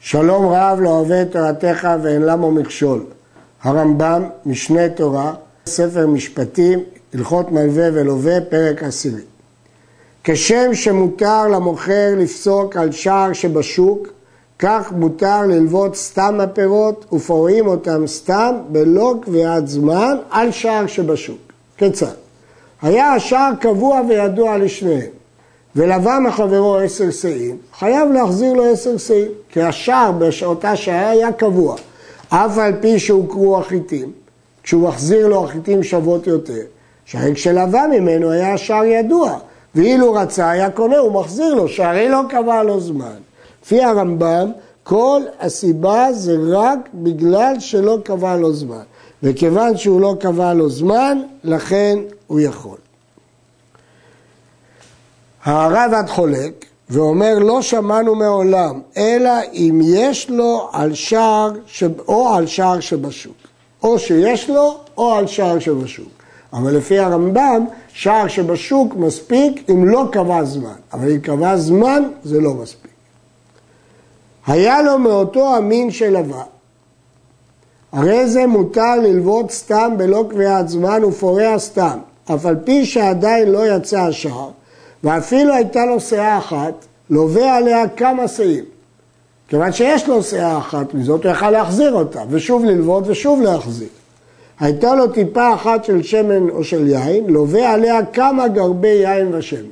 שלום רב לא אוהב את תורתך ואין למו מכשול. הרמב"ם, משנה תורה, ספר משפטים, הלכות מלווה ולווה, פרק 10. כשם שמותר למוכר לפסוק על שער שבשוק, כך מותר ללוות סתם הפירות ופורעים אותם סתם בלא קביעת זמן על שער שבשוק. כיצד? היה השער קבוע וידוע לשניהם, ולווה מחברו 10 שאים, חייב להחזיר לו 10 שאים, כי השער באותה שעה היה קבוע, אף על פי שהוכרו החיטים, כשהוא מחזיר לו החיטים שוות יותר, שהרי כשלווה ממנו היה השער ידוע, ואילו רצה היה קונה, הוא מחזיר לו, שהרי לא קבע לו זמן. לפי הרמב"ם, כל הסיבה זה רק בגלל שלא קבע לו זמן, וכיוון שהוא לא קבע לו זמן, לכן הוא יכול. הרב"ד חולק ואומר לא שמענו מעולם, אלא אם יש לו על שער או על שער שבשוק. או שיש לו או על שער שבשוק. אבל לפי הרמב"ם, שער שבשוק מספיק אם לא קבע זמן. אבל אם קבע זמן, זה לא מספיק. היה לו מאותו המין שלווה. הרי זה מותר ללוות סתם בלא קביעת זמן ופורע סתם. אף על פי שעדיין לא יצא השער, ואפילו הייתה לו שאה אחת, לווה עליה כמה שאים. כיוון שיש לו שאה אחת מזאת, הוא יכל להחזיר אותה, ושוב ללוות ושוב להחזיר. הייתה לו טיפה אחת של שמן או של יין, לווה עליה כמה גרבי יין ושמן.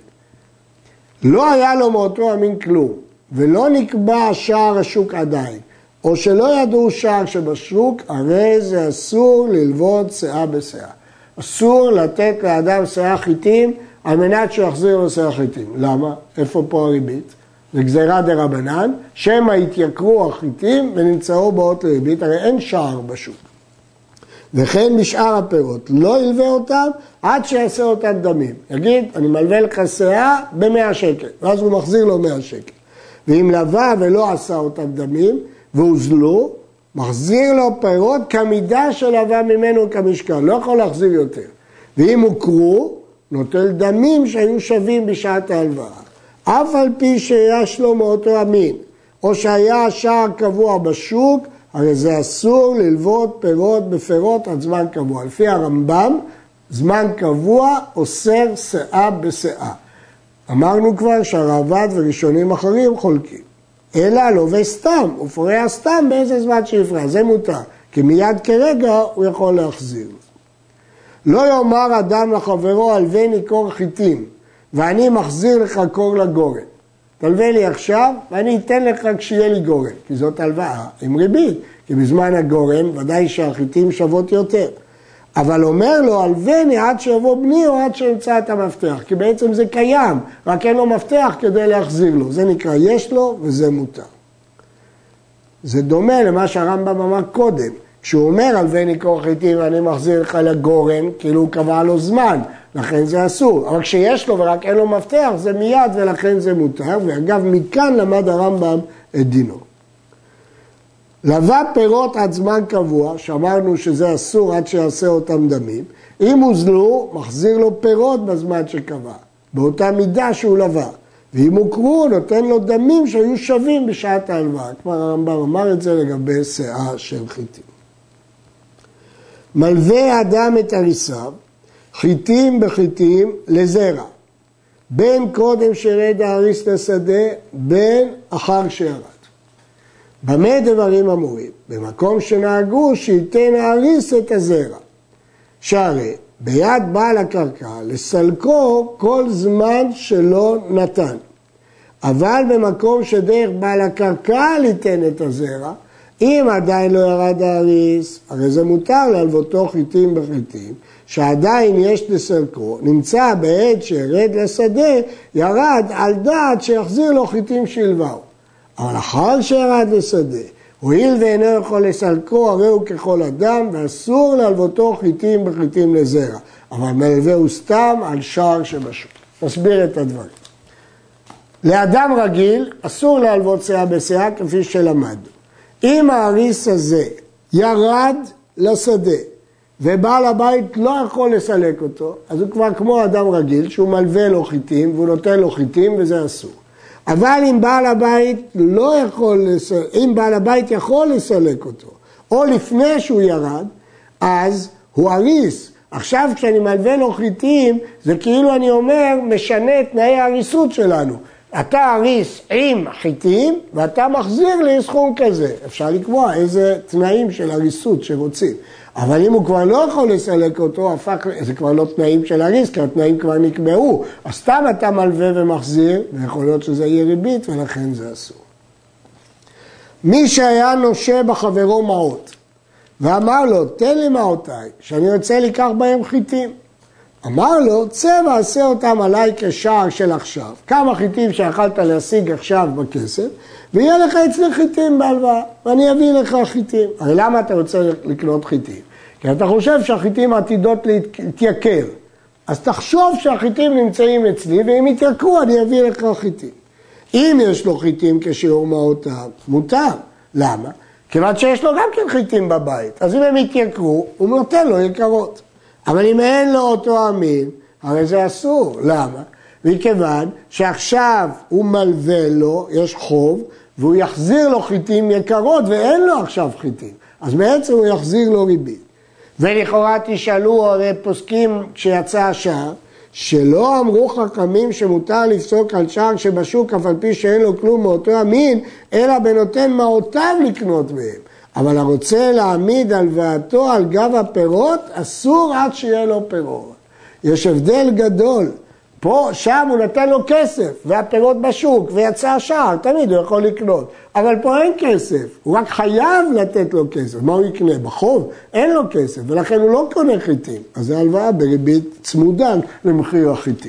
לא היה לו מאותו המין כלום, ולא נקבע שער השוק עדיין, או שלא ידעו שער שבשוק, הרי זה אסור ללוות שאה בשאה. אסור לתת לאדם שאה חיטים, על מנת שיחזיר לו שאה חיטים. למה? איפה פה הריבית? זה גזירה דרבנן, שמא התייקרו החיטים ונמצאו באות לריבית, הרי אין שער בשוק. וכן בשאר הפירות, לא ילווה אותם עד שיעשה אותם דמים. יגיד, אני מלווה לך שאה ב100 שקל, ואז הוא מחזיר לו 100 שקל. ואם לווה ולא עשה אותם דמים, והוזלו, מחזיר לו פירות כמידה שלווה ממנו כמשקל, לא יכול להחזיר יותר. ואם הוכרו, נוטל דמים שהיו שווים בשעת ההלוואה. אף על פי שיש לו מאותו המין, או שהיה השער קבוע בשוק, הרי זה אסור ללוות פירות בפירות עד זמן קבוע. לפי הרמב"ם, זמן קבוע אוסר שאה בשאה. אמרנו כבר שהרב"ד וראשונים אחרים חולקים. אלא לווה סתם, הוא פורע סתם באיזה זמן שיפרע, זה מותר. כי מיד כרגע הוא יכול להחזיר. לא יאמר אדם לחברו, הלווני קור חיטים, ואני מחזיר לך קור לגורן. תלווה לי עכשיו, ואני אתן לך כשיהיה לי גורן, כי זאת הלוואה עם ריבית, כי בזמן הגורן ודאי שהחיטים שוות יותר. אבל אומר לו, הלווני עד שיבוא בני או עד שימצא את המפתח, כי בעצם זה קיים, רק אין לו מפתח כדי להחזיר לו. זה נקרא יש לו וזה מותר. זה דומה למה שהרמב"ם אמר קודם. כשהוא אומר הלווני קור חיטים ואני מחזיר לך לגורן, כאילו הוא קבע לו זמן, לכן זה אסור. אבל כשיש לו ורק אין לו מפתח, זה מיד ולכן זה מותר. ואגב, מכאן למד הרמב"ם את דינו. לווה פירות עד זמן קבוע, שאמרנו שזה אסור עד שיעשה אותם דמים, אם הוזלו, מחזיר לו פירות בזמן שקבע, באותה מידה שהוא לווה. ואם הוכרו, נותן לו דמים שהיו שווים בשעת ההלוואה. כבר הרמב"ם אמר את זה לגבי שאה של חיטים. מלווה אדם את הריסיו, חיטים בחיטים לזרע, בין קודם שירד האריס לשדה, בין אחר שירד. במה דברים אמורים? במקום שנהגו שייתן האריס את הזרע. שהרי ביד בעל הקרקע לסלקו כל זמן שלא נתן. אבל במקום שדרך בעל הקרקע ליתן את הזרע, אם עדיין לא ירד האריס, הרי זה מותר להלוותו חיטים בחיטים, שעדיין יש לסלקו, נמצא בעת שירד לשדה, ירד על דעת שיחזיר לו חיטים שילבאו. אבל אחר שירד לשדה, הואיל ואינו יכול לסלקו, הרי הוא ככל אדם, ואסור להלוותו חיטים בחיטים לזרע. אבל מלווה הוא סתם על שער שבשוק. נסביר את הדברים. לאדם רגיל אסור להלוות שאה בשאה כפי שלמדנו. אם האריס הזה ירד לשדה, ובעל הבית לא יכול לסלק אותו, אז הוא כבר כמו אדם רגיל, שהוא מלווה לו חיטים, והוא נותן לו חיטים, וזה אסור. אבל אם בעל הבית לא יכול, אם בעל הבית יכול לסלק אותו, או לפני שהוא ירד, אז הוא אריס. עכשיו כשאני מלווה לו חיטים, זה כאילו אני אומר, משנה את תנאי ההריסות שלנו. אתה אריס עם חיטים, ואתה מחזיר לי סכום כזה. אפשר לקבוע איזה תנאים של הריסות שרוצים. אבל אם הוא כבר לא יכול לסלק אותו, זה כבר לא תנאים של הריס, כי התנאים כבר נקבעו. אז סתם אתה מלווה ומחזיר, ויכול להיות שזה יהיה ריבית, ולכן זה אסור. מי שהיה נושה בחברו מעות, ואמר לו, תן לי מעותיי, שאני רוצה לקח בהם חיטים. אמר לו, צא ועשה אותם עליי כשער של עכשיו. כמה חיטים שיכלת להשיג עכשיו בכסף, ויהיה לך אצלי חיטים בהלוואה, ואני אביא לך חיטים. הרי למה אתה רוצה לקנות חיטים? כי אתה חושב שהחיטים עתידות להתייקר. אז תחשוב שהחיטים נמצאים אצלי, ואם יתייקרו אני אביא לך חיטים. אם יש לו חיטים כשיעור מעותיו, מותר. למה? כיוון שיש לו גם כן חיטים בבית. אז אם הם יתייקרו, הוא נותן לו יקרות. אבל אם אין לו אותו המין, הרי זה אסור. למה? מכיוון שעכשיו הוא מלווה לו, יש חוב, והוא יחזיר לו חיטים יקרות, ואין לו עכשיו חיטים. אז בעצם הוא יחזיר לו ריבית. ולכאורה תשאלו, הרי פוסקים כשיצא השער, שלא אמרו חכמים שמותר לפסוק על שער שבשוק, אף על פי שאין לו כלום מאותו המין, אלא בנותן מעותיו לקנות מהם. אבל הרוצה להעמיד הלוואתו על גב הפירות, אסור עד שיהיה לו פירות. יש הבדל גדול. פה, שם הוא נתן לו כסף, והפירות בשוק, ויצא השער, תמיד הוא יכול לקנות. אבל פה אין כסף, הוא רק חייב לתת לו כסף. מה הוא יקנה? בחוב? אין לו כסף, ולכן הוא לא קונה חיטים. אז זה הלוואה בריבית צמודה למחיר החיטים.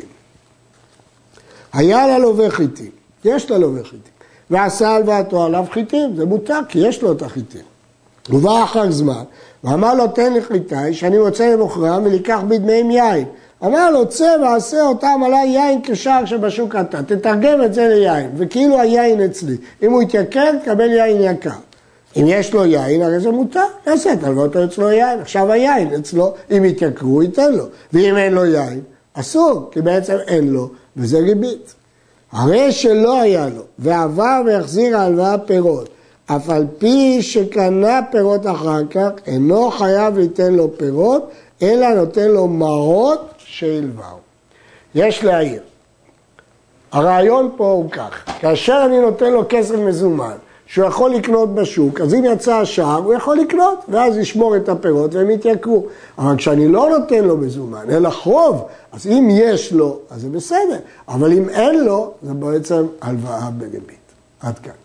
היה ללווה חיטים, יש ללווה חיטים, ועשה הלוואתו עליו חיטים, זה מותר, כי יש לו את החיטים. הוא בא אחר זמן, ואמר לו, תן לי חיטי, שאני רוצה למוכרם ולקח בדמיהם יין. אמר לו, צא ועשה אותם עליי יין כשער שבשוק אתה. תתרגם את זה ליין, וכאילו היין אצלי. אם הוא יתייקר, תקבל יין יקר. אם יש לו יין, הרי זה מותר. נעשה את הלוואתו אצלו יין. עכשיו היין אצלו, אם יתייקרו, הוא ייתן לו. ואם אין לו יין, אסור, כי בעצם אין לו, וזה ריבית. הרי שלא היה לו, ועבר והחזיר ההלוואה פירות, אף על פי שקנה פירות אחר כך, אינו חייב ליתן לו פירות, אלא נותן לו מעות שהלווהו. יש להעיר. הרעיון פה הוא כך, כאשר אני נותן לו כסף מזומן, שהוא יכול לקנות בשוק, אז אם יצא השער, הוא יכול לקנות, ואז ישמור את הפירות והם יתייקרו. אבל כשאני לא נותן לו מזומן, אלא חוב, אז אם יש לו, אז זה בסדר. אבל אם אין לו, זה בעצם הלוואה בריבית. עד כאן.